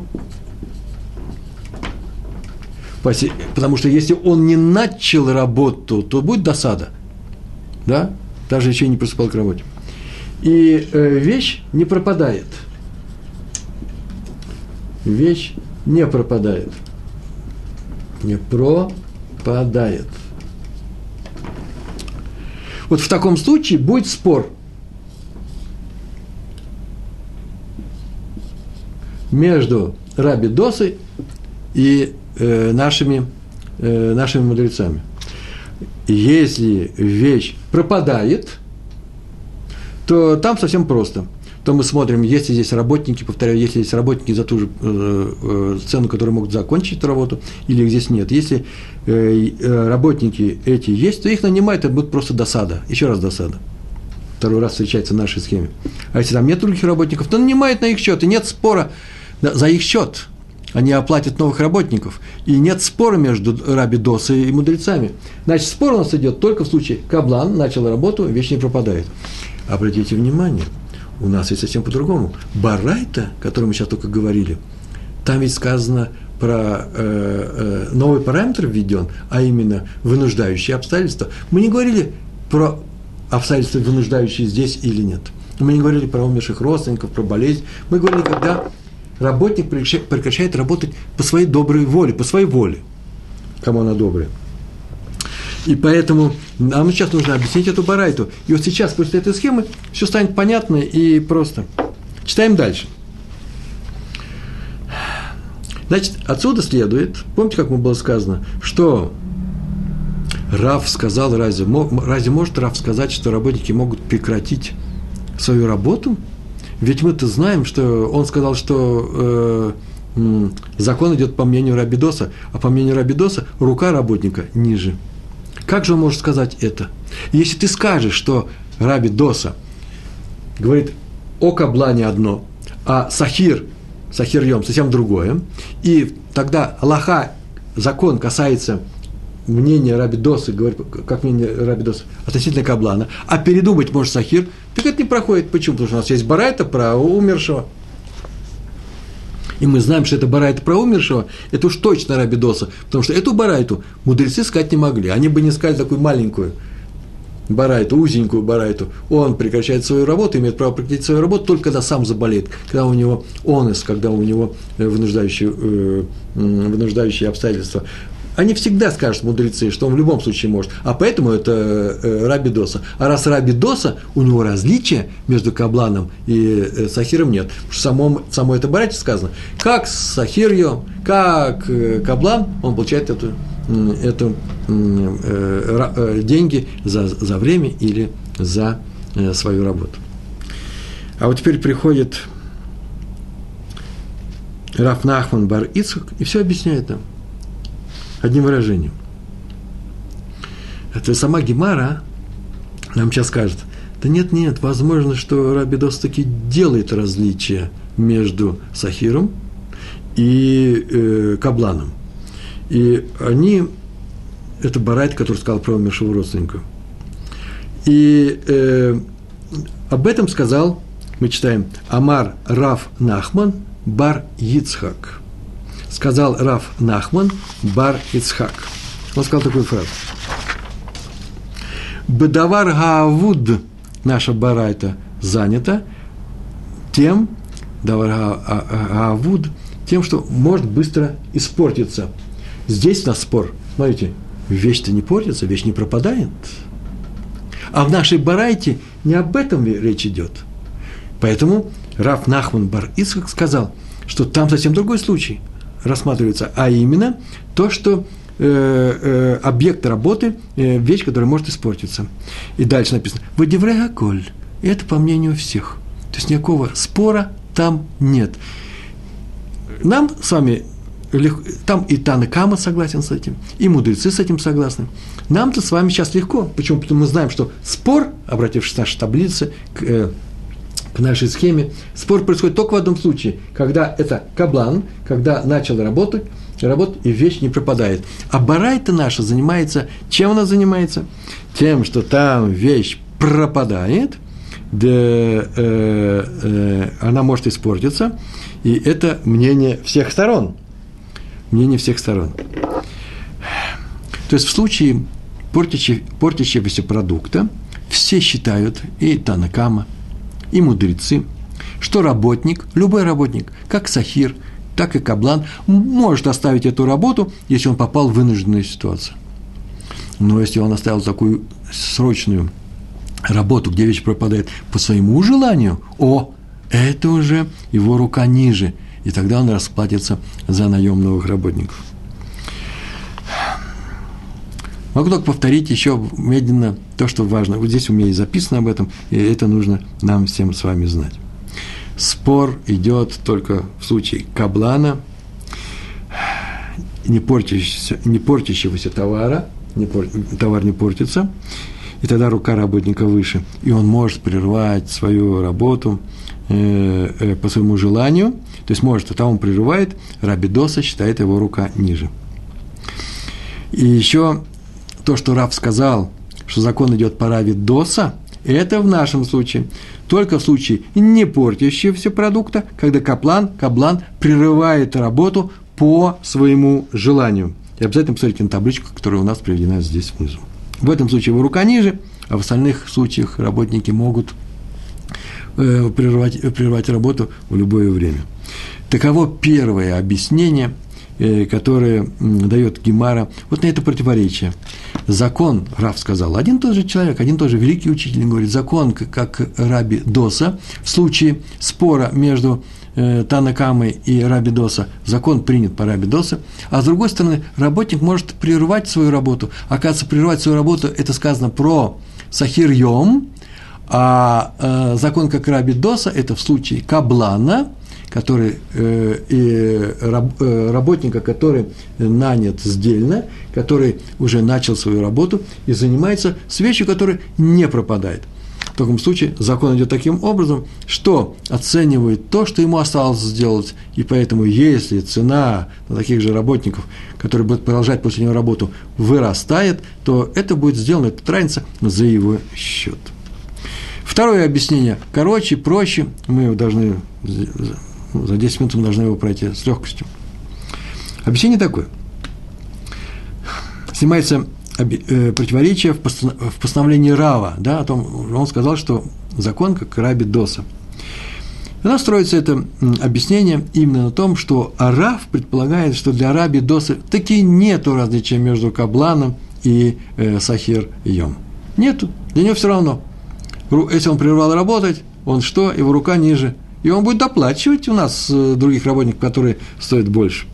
потому что если он не начал работу, то будет досада. Да? Даже еще не приступал к работе. И э, вещь не пропадает. Вещь не пропадает. Не пропадает. Вот в таком случае будет спор между Раби Досой и э, нашими, э, нашими мудрецами. Если вещь пропадает, то там совсем просто. То мы смотрим, если здесь работники, повторяю, если есть работники за ту же э, э, цену, которые могут закончить эту работу, или их здесь нет. Если э, э, работники эти есть, то их нанимают, это будет просто досада. Еще раз досада. Второй раз встречается в нашей схеме. А если там нет других работников, то нанимают на их счет, и нет спора за их счет. Они оплатят новых работников. И нет спора между Раби Досой и мудрецами. Значит, спор у нас идет только в случае, каблан начал работу, вещь не пропадает. Обратите внимание, у нас ведь совсем по-другому. Барайта, о котором мы сейчас только говорили, там ведь сказано про э, э, новый параметр введен, а именно вынуждающие обстоятельства. Мы не говорили про обстоятельства, вынуждающие здесь или нет. Мы не говорили про умерших родственников, про болезнь. Мы говорили, когда работник прекращает работать по своей доброй воле, по своей воле. Кому она добрая. И поэтому нам сейчас нужно объяснить эту барайту. И вот сейчас, после этой схемы, все станет понятно и просто. Читаем дальше. Значит, отсюда следует, помните, как было сказано, что Рав сказал, разве, разве может Рав сказать, что работники могут прекратить свою работу? Ведь мы-то знаем, что он сказал, что э, м, закон идет по мнению Раби Доса, а по мнению Раби Доса рука работника ниже. Как же он может сказать это? Если ты скажешь, что Раби Доса говорит о каблане одно, а сахир, сахир-йом совсем другое, и тогда алаха, закон касается мнения Раби Досы, говорит, как мнение Раби Досы относительно каблана, а передумать может сахир, так это не проходит. Почему? Потому что у нас есть барайта про умершего. И мы знаем, что это барайта про умершего, это уж точно Раби Доса, потому что эту барайту мудрецы сказать не могли. Они бы не сказали такую маленькую барайту, узенькую барайту. Он прекращает свою работу, имеет право прекратить свою работу только когда сам заболеет, когда у него онес, когда у него вынуждающие, вынуждающие обстоятельства. Они всегда скажут, мудрецы, что он в любом случае может. А поэтому это э, Раби Доса. А раз Раби Доса, у него различия между кабланом и э, сахиром нет. Потому что в самом, в самой этой барайте сказано, как сахирьем, как э, каблан, он получает эту, э, эту э, э, деньги за, за время или за э, свою работу. А вот теперь приходит Рав Нахман бар Ицхак и все объясняет нам. Одним выражением. Это сама Гемара нам сейчас скажет, да нет, нет, возможно, что Раби Дос таки делает различия между сахиром и э, кабланом. И они, это барайт, который сказал про умершего родственника. И э, об этом сказал, мы читаем, Амар Рав Нахман бар Ицхак. Сказал Рав Нахман бар Ицхак. Он сказал такую фразу. Бедавар гаавуд, наша барайта, занята тем, давар гаавуд, тем, что может быстро испортиться. Здесь у нас спор. Смотрите, вещь-то не портится, вещь не пропадает. А в нашей барайте не об этом речь идет. Поэтому Рав Нахман бар Ицхак сказал, что там совсем другой случай рассматривается, а именно то, что э, э, объект работы, э, вещь, которая может испортиться. И дальше написано «Вадиврей аколь». И это по мнению всех. То есть никакого спора там нет. Нам с вами, легко, там и Тана Кама согласен с этим, и мудрецы с этим согласны. Нам-то с вами сейчас легко. Почему? Потому что мы знаем, что спор, обратившись к нашей таблице, к, э, к нашей схеме, спор происходит только в одном случае, когда это каблан, когда начал работать, работать, и вещь не пропадает. А барайта наша занимается, чем она занимается? Тем, что там вещь пропадает, да, э, э, она может испортиться, и это мнение всех сторон. Мнение всех сторон. То есть в случае портящего, портящегося продукта все считают, и Тана Кама, и мудрецы, что работник, любой работник, как сахир, так и каблан, может оставить эту работу, если он попал в вынужденную ситуацию. Но если он оставил такую срочную работу, где вещь пропадает по своему желанию, о, это уже его рука ниже, и тогда он расплатится за наем новых работников. Могу только повторить еще медленно то, что важно. Вот здесь у меня и записано об этом, и это нужно нам всем с вами знать. Спор идет только в случае каблана, не портящегося, не портящегося товара, не пор, товар не портится, и тогда рука работника выше, и он может прервать свою работу э, э, по своему желанию, то есть может, а там он прерывает, Раби Доса считает его рука ниже. И еще то, что Рав сказал, что закон идет по Рави Доса, это в нашем случае только в случае не портящегося продукта, когда каплан, каблан прерывает работу по своему желанию. И обязательно посмотрите на табличку, которая у нас приведена здесь внизу. В этом случае его рука ниже, а в остальных случаях работники могут э, прервать, прервать работу в любое время. Таково первое объяснение, э, которое м, дает Гемара вот на это противоречие. Закон, Рав сказал, один и тот же человек, один и тот же великий учитель, говорит, закон, как Раби Доса, в случае спора между Тана Камы и Раби Доса, закон принят по Раби Доса, а с другой стороны, работник может прервать свою работу. Оказывается, прервать свою работу, это сказано про Сахир Йом, а э, закон как Раби Доса, это в случае каблана, который, э, и раб, э, работника, который нанят сдельно, который уже начал свою работу и занимается с вещью, которая не пропадает. В таком случае закон идет таким образом, что оценивает то, что ему осталось сделать, и поэтому, если цена на таких же работников, которые будут продолжать после него работу, вырастает, то это будет сделано, это разница за его счет. Второе объяснение короче, проще, мы его должны, за десять минут мы должны его пройти с легкостью. Объяснение такое. Снимается противоречие в постановлении Рава, да, о том, он сказал, что закон как Раби Доса. У нас строится это объяснение именно на том, что Рав предполагает, что для Раби Досы таки нету различия между кабланом и э, Сахир Йом. Нету, для него все равно. Если он прервал работать, он что? Его рука ниже. И он будет доплачивать у нас других работников, которые стоят больше.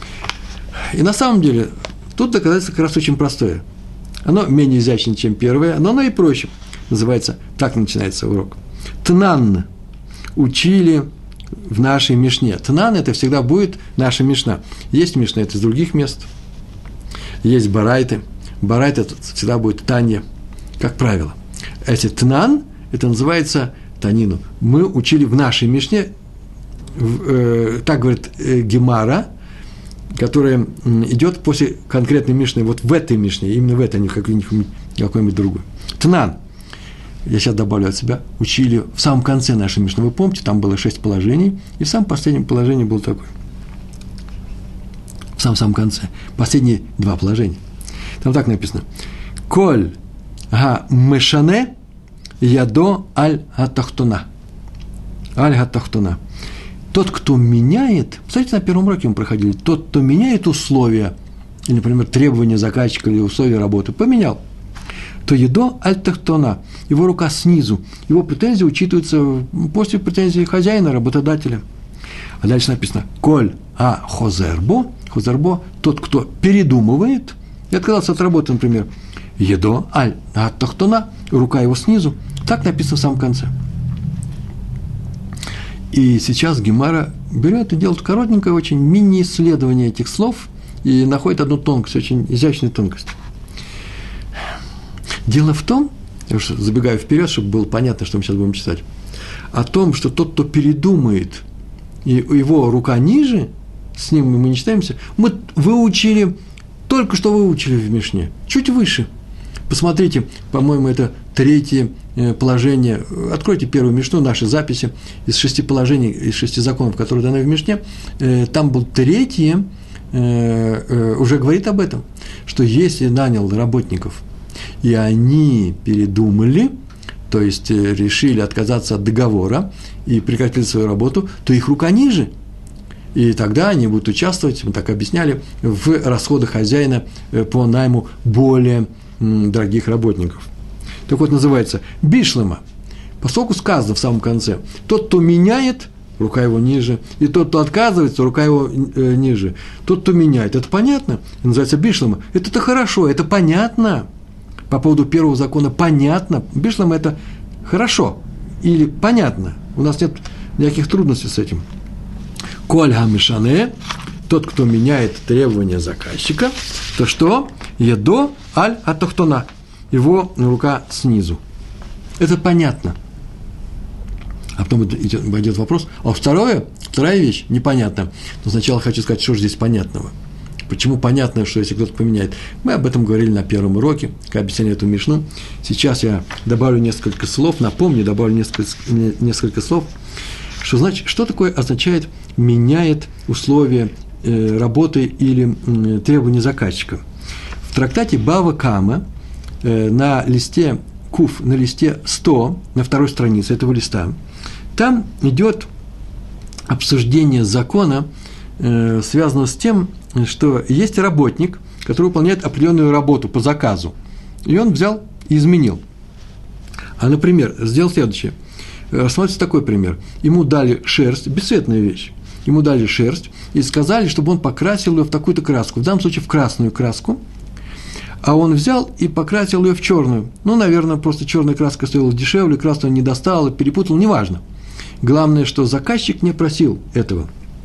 И на самом деле тут доказательство как раз очень простое. Оно менее изящное, чем первое, но оно и проще. Называется, так начинается урок. Тнан учили в нашей Мишне. Тнан – это всегда будет наша Мишна. Есть Мишна – это из других мест. Есть барайты. Барайт – это всегда будет Танья, как правило. Эти Тнан – это называется Танину. Мы учили в нашей Мишне, э, так говорит э, Гемара, которая идет после конкретной Мишны, вот в этой Мишне, именно в этой, а не в какой-нибудь, какой-нибудь другой. Тнан, я сейчас добавлю от себя, учили в самом конце нашей Мишны, вы помните, там было шесть положений, и в самом последнем положении было такое. В самом-самом конце. Последние два положения. Там так написано. Коль га мешане ядо аль гатахтуна. Аль гатахтуна. Тот, кто меняет, кстати, на первом уроке мы проходили, тот, кто меняет условия, или, например, требования заказчика или условия работы, поменял, то едо аль-тахтона, его рука снизу, его претензии учитываются после претензий хозяина, работодателя. А дальше написано, коль а хозербо, хозербо, тот, кто передумывает и отказался от работы, например, едо аль-тахтона, рука его снизу, так написано в самом конце. И сейчас Гемара берет и делает коротенькое очень мини-исследование этих слов и находит одну тонкость, очень изящную тонкость. Дело в том, я уж забегаю вперед, чтобы было понятно, что мы сейчас будем читать, о том, что тот, кто передумает, и его рука ниже, с ним мы не читаемся, мы выучили, только что выучили в Мишне, чуть выше. Посмотрите, по-моему, это третье положение. Откройте первую Мишну, наши записи из шести положений, из шести законов, которые даны в Мишне. Там был третье, уже говорит об этом, что если нанял работников, и они передумали, то есть решили отказаться от договора и прекратили свою работу, то их рука ниже. И тогда они будут участвовать, мы так объясняли, в расходах хозяина по найму более дорогих работников. Так вот, называется бишлема. Поскольку сказано в самом конце, тот, кто меняет, рука его ниже, и тот, кто отказывается, рука его э, ниже. Тот, кто меняет, это понятно, это называется бишлема. Это-то хорошо, это понятно. По поводу первого закона понятно. Бишлема – это хорошо или понятно. У нас нет никаких трудностей с этим. Коль гамишане, тот, кто меняет требования заказчика, то что? Едо аль атохтона, его рука снизу. Это понятно. А потом идет вопрос. А второе, вторая вещь непонятна. Но сначала хочу сказать, что же здесь понятного. Почему понятно, что если кто-то поменяет? Мы об этом говорили на первом уроке, как объясняли эту мишну. Сейчас я добавлю несколько слов, напомню, добавлю несколько, несколько слов. Что, значит, что такое означает меняет условия э, работы или э, требования заказчика? В трактате Бава Кама э, на листе Куф, на листе сто, на второй странице этого листа, там идет обсуждение закона, э, связанного с тем, что есть работник, который выполняет определенную работу по заказу, и он взял и изменил. А, например, сделал следующее. Рассмотрите такой пример. Ему дали шерсть, бесцветная вещь, ему дали шерсть и сказали, чтобы он покрасил ее в такую-то краску, в данном случае в красную краску, а он взял и покрасил ее в черную. Ну, наверное, просто черная краска стоила дешевле, красную не достал, перепутал, неважно. Главное, что заказчик не просил этого.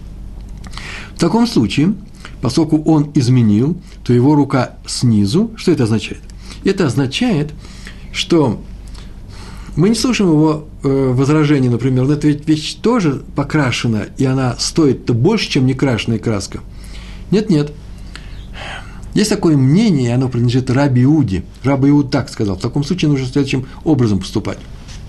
В таком случае, поскольку он изменил, то его рука снизу. Что это означает? Это означает, что мы не слушаем его э, возражений, например, но эта вещь тоже покрашена, и она стоит больше, чем некрашенная краска. Нет-нет. Есть такое мнение, и оно принадлежит Раби Иуде. Раби Иуд так сказал. В таком случае нужно следующим образом поступать.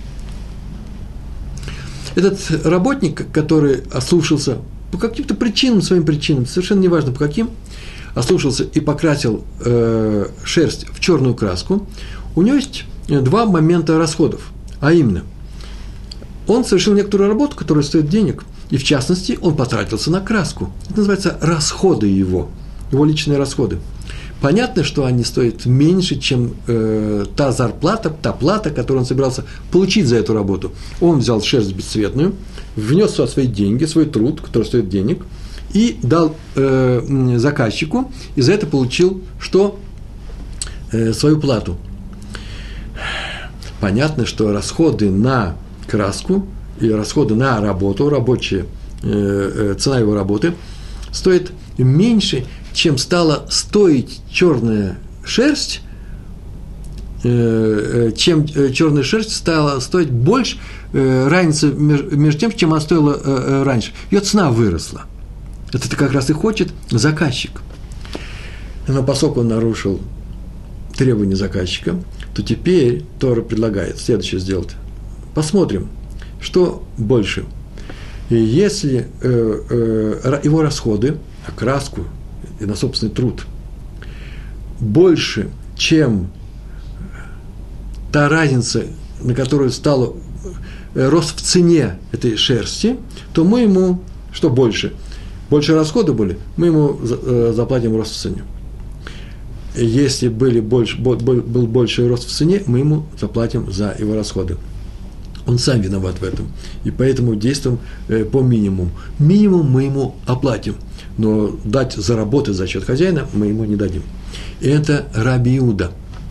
Этот работник, который ослушался по каким-то причинам, своим причинам, совершенно неважно по каким, ослушался и покрасил э, шерсть в черную краску, у него есть два момента расходов. А именно, он совершил некоторую работу, которая стоит денег, и в частности, он потратился на краску. Это называется расходы его, его личные расходы. Понятно, что они стоят меньше, чем э, та зарплата, та плата, которую он собирался получить за эту работу. Он взял шерсть бесцветную, внес сюда свои деньги, свой труд, который стоит денег, и дал э, заказчику, и за это получил что? Э, свою плату. Понятно, что расходы на краску и расходы на работу, рабочая э, цена его работы, стоит меньше, чем стала стоить черная шерсть, э, чем черная шерсть стала стоить больше, э, разница между, между тем, чем она стоила э, раньше. Ее цена выросла. Это как раз и хочет заказчик. Но поскольку он нарушил требования заказчика, то теперь Тора предлагает следующее сделать. Посмотрим, что больше. И если э, э, его расходы, окраску и на собственный труд больше, чем та разница, на которую стало э, рост в цене этой шерсти, то мы ему, что больше? Больше расходы были, мы ему э, заплатим рост в цене. Если были больше, был больший рост в цене, мы ему заплатим за его расходы. Он сам виноват в этом. И поэтому действуем по минимуму. Минимум мы ему оплатим. Но дать заработать за счет хозяина мы ему не дадим. И это Раби Иуда.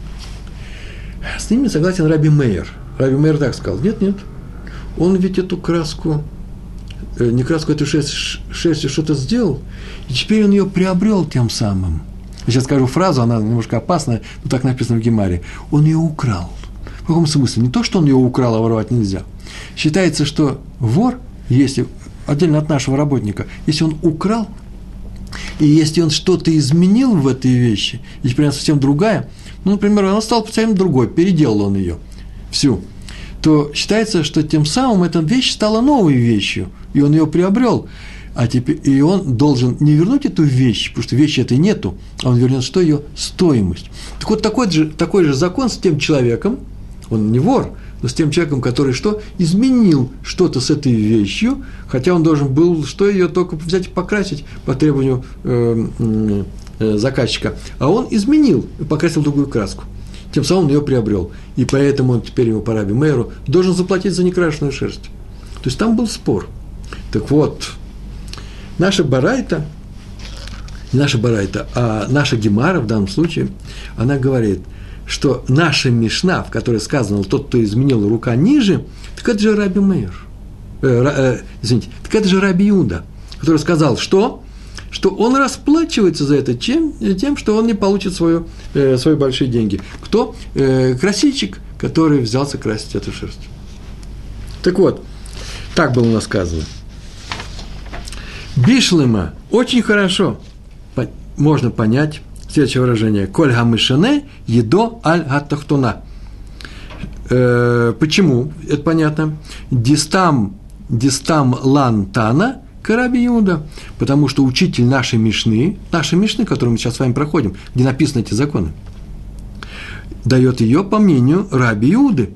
С ними согласен Раби Мейер. Раби Мейер так сказал. Нет, нет. Он ведь эту краску, не краску, эту шерсть, шерстью что-то сделал, и теперь он ее приобрел тем самым. Я сейчас скажу фразу, она немножко опасная, но так написано в Гемаре. Он ее украл. В каком смысле? Не то, что он ее украл, а воровать нельзя. Считается, что вор, если, отдельно от нашего работника, если он украл, и если он что-то изменил в этой вещи, и теперь она совсем другая, ну, например, она стала совсем другой, переделал он ее всю, то считается, что тем самым эта вещь стала новой вещью, и он ее приобрел. А теперь, и он должен не вернуть эту вещь, потому что вещи этой нету, а он вернет что? Ее стоимость. Так вот, такой же, такой же закон с тем человеком, он не вор, но с тем человеком, который что? Изменил что-то с этой вещью, хотя он должен был что? Ее только взять и покрасить по требованию э, э, заказчика. А он изменил и покрасил другую краску. тем самым он ее приобрел. И поэтому он теперь ему по Раби Мейру должен заплатить за некрашенную шерсть. То есть там был спор. Так вот, наша барайта, не наша барайта, а наша гемара в данном случае, она говорит, что наша мишна, в которой сказано, тот, кто изменил рука ниже, так это же Раби Мейр. Э, э, извините, так это же Раби Иуда, который сказал, что, что он расплачивается за это тем, тем что он не получит свое, э, свои большие деньги. Кто? Э, красильщик, который взялся красить эту шерсть. Так вот, так было у нас сказано. Бишлема очень хорошо можно понять следующее выражение. Коль гамышане едо аль гатахтуна. Почему? Это понятно. Дистам, дистам лан тана караби Иуда. Потому что учитель нашей Мишны, нашей Мишны, которую мы сейчас с вами проходим, где написаны эти законы, дает ее по мнению Раби Иуды.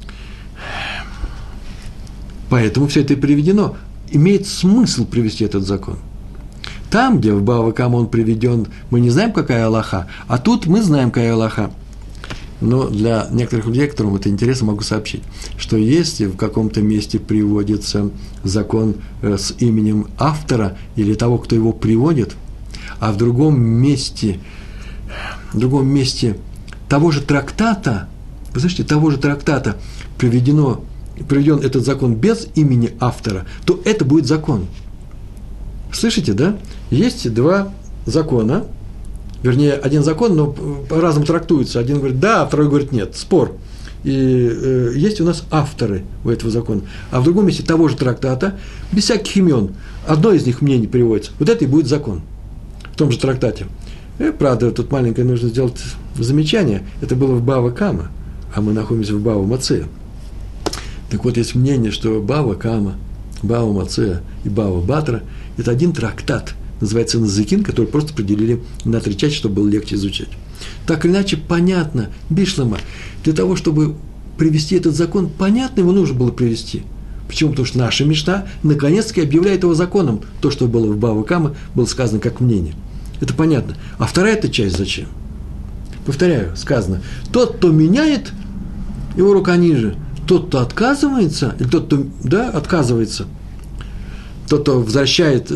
Поэтому все это и приведено. Имеет смысл привести этот закон. Там, где в Бава Кама он приведен, мы не знаем, какая алаха, а тут мы знаем, какая алаха. Но для некоторых людей, которым это интересно, могу сообщить, что если в каком-то месте приводится закон с именем автора или того, кто его приводит, а в другом месте, в другом месте того же трактата, вы слышите, того же трактата приведено, приведен этот закон без имени автора, то это будет закон. Слышите, да? Есть два закона, вернее, один закон, но по-разному трактуется. Один говорит «да», а второй говорит «нет», спор. И э, есть у нас авторы у этого закона. А в другом месте того же трактата, без всяких имен, одно из них мнений приводится. Вот это и будет закон в том же трактате. И, правда, тут маленькое нужно сделать замечание. Это было в Бава Кама, а мы находимся в Бава Мацея. Так вот, есть мнение, что Бава Кама, Бава Мацея и Бава Батра – это один трактат, называется Назыкин, который просто поделили на три части, чтобы было легче изучать. Так или иначе, понятно, Бишлема, для того, чтобы привести этот закон, понятно, его нужно было привести. Почему? Потому что наша Мишна наконец-таки объявляет его законом. То, что было в Бава Кама, было сказано как мнение. Это понятно. А вторая эта часть зачем? Повторяю, сказано, тот, кто меняет, его рука ниже. Тот, кто отказывается, или тот, кто, да, отказывается, тот, кто возвращает, э,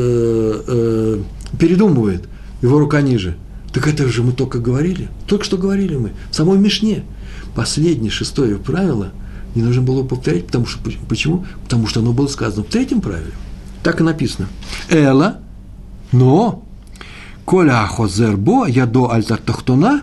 э, передумывает, его рука ниже. Так это же мы только говорили, только что говорили мы, в самой Мишне. Последнее, шестое правило не нужно было повторять, потому что, почему? Потому что оно было сказано в третьем правиле. Так и написано. Эла, но, коля ахозербо, ядо альтартахтуна,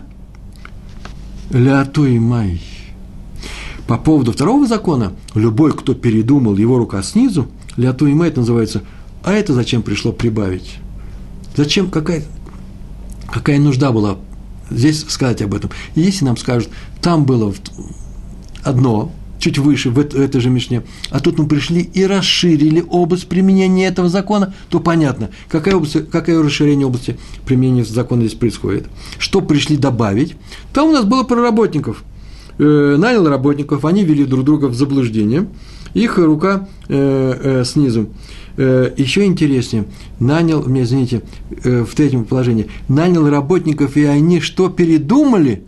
лятуй май. По поводу второго закона, любой, кто передумал, его рука снизу, ляту и это называется, а это зачем пришло прибавить? Зачем, какая, какая нужда была здесь сказать об этом? И если нам скажут, там было одно, чуть выше, в этой же Мишне, а тут мы пришли и расширили область применения этого закона, то понятно, какая, область, какое расширение области применения закона здесь происходит. Что пришли добавить? Там у нас было про работников. Э, нанял работников, они вели друг друга в заблуждение, их рука э, э, снизу. Э, еще интереснее, нанял, мне извините, э, в третьем положении, нанял работников, и они что, передумали?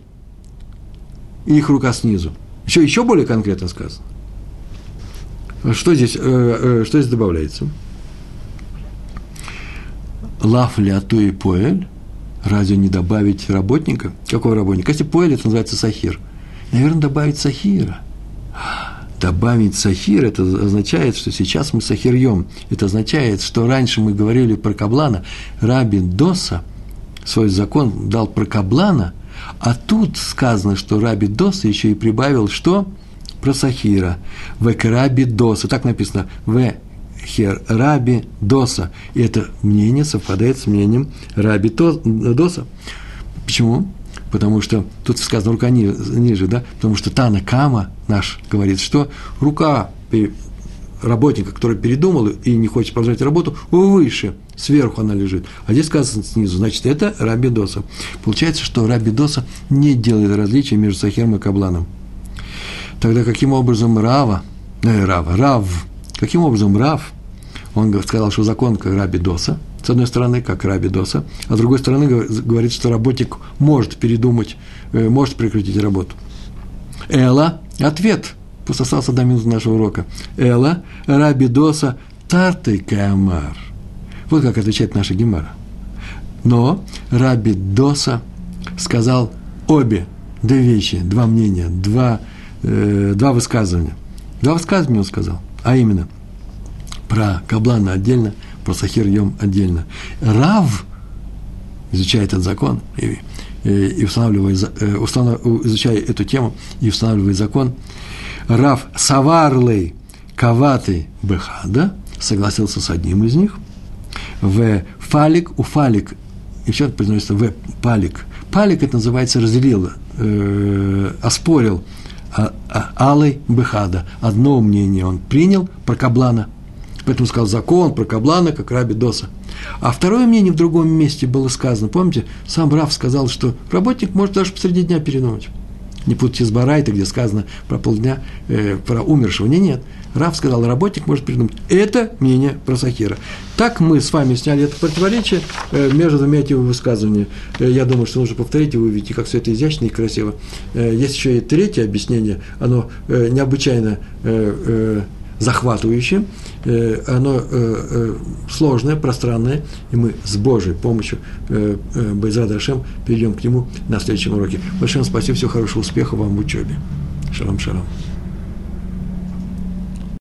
И их рука снизу. Еще, еще более конкретно сказано. Что здесь, э, э, что здесь добавляется? Лав лятуи поэль, разве не добавить работника? Какого работника? Если поэль, это называется сахир. Наверное, добавить сахира. Добавить сахир, это означает, что сейчас мы сахирьем. Это означает, что раньше мы говорили про Каблана, Раби Доса свой закон дал про Каблана, а тут сказано, что Раби Доса еще и прибавил что? Про сахира. Век Раби Доса. Так написано. Вехер Раби Доса. И это мнение совпадает с мнением Раби Доса. Почему? Потому что тут сказано рука ниже, да? Потому что Тана Кама наш говорит, что рука работника, который передумал и не хочет продолжать работу, выше, сверху она лежит. А здесь сказано снизу, значит, это Раби Доса. Получается, что Раби Доса не делает различия между сахиром и кабланом. Тогда каким образом Рава, э, Рава, Рав, каким образом Рав, Он сказал, что закон как Раби Доса, с одной стороны, как Раби Доса, а с другой стороны говорит, что работник может передумать, может прекратить работу. Эла, ответ, пусть остался до минуты нашего урока. Эла, Раби Доса, тарты каамар. Вот как отвечает наша Гемара. Но Раби Доса сказал обе, две вещи, два мнения, два, э, два высказывания. Два высказывания он сказал, а именно про Каблана отдельно, про Сахир Йом отдельно. Рав, изучая этот закон и, и устанавливая, установ, изучая эту тему и устанавливая закон, Рав Саварлей Каваты Бехада согласился с одним из них. В Фалик, у Фалик, еще это произносится В Палик. Палик это называется разделил, э, оспорил а, а, Алей Бехада. Одно мнение он принял про Каблана. Поэтому сказал закон про Каблана, как Раби Доса. А второе мнение в другом месте было сказано. Помните, сам Рав сказал, что работник может даже посреди дня передумать. Не путайте с Барайтой, где сказано про полдня, э, про умершего. Нет, нет. Рав сказал, работник может передумать. Это мнение про Сахира. Так мы с вами сняли это противоречие э, между двумя этими высказываниями. Э, я думаю, что нужно повторить, и вы увидите, как все это изящно и красиво. Э, есть еще и третье объяснение. Оно э, необычайно э, э, захватывающее. Э, оно э, э, сложное, пространное. И мы с Божьей помощью, э, э, Бейзрат Ашем, перейдем к нему на следующем уроке. Большое вам спасибо, всего хорошего, успеха вам в учебе. Шалом, шалом.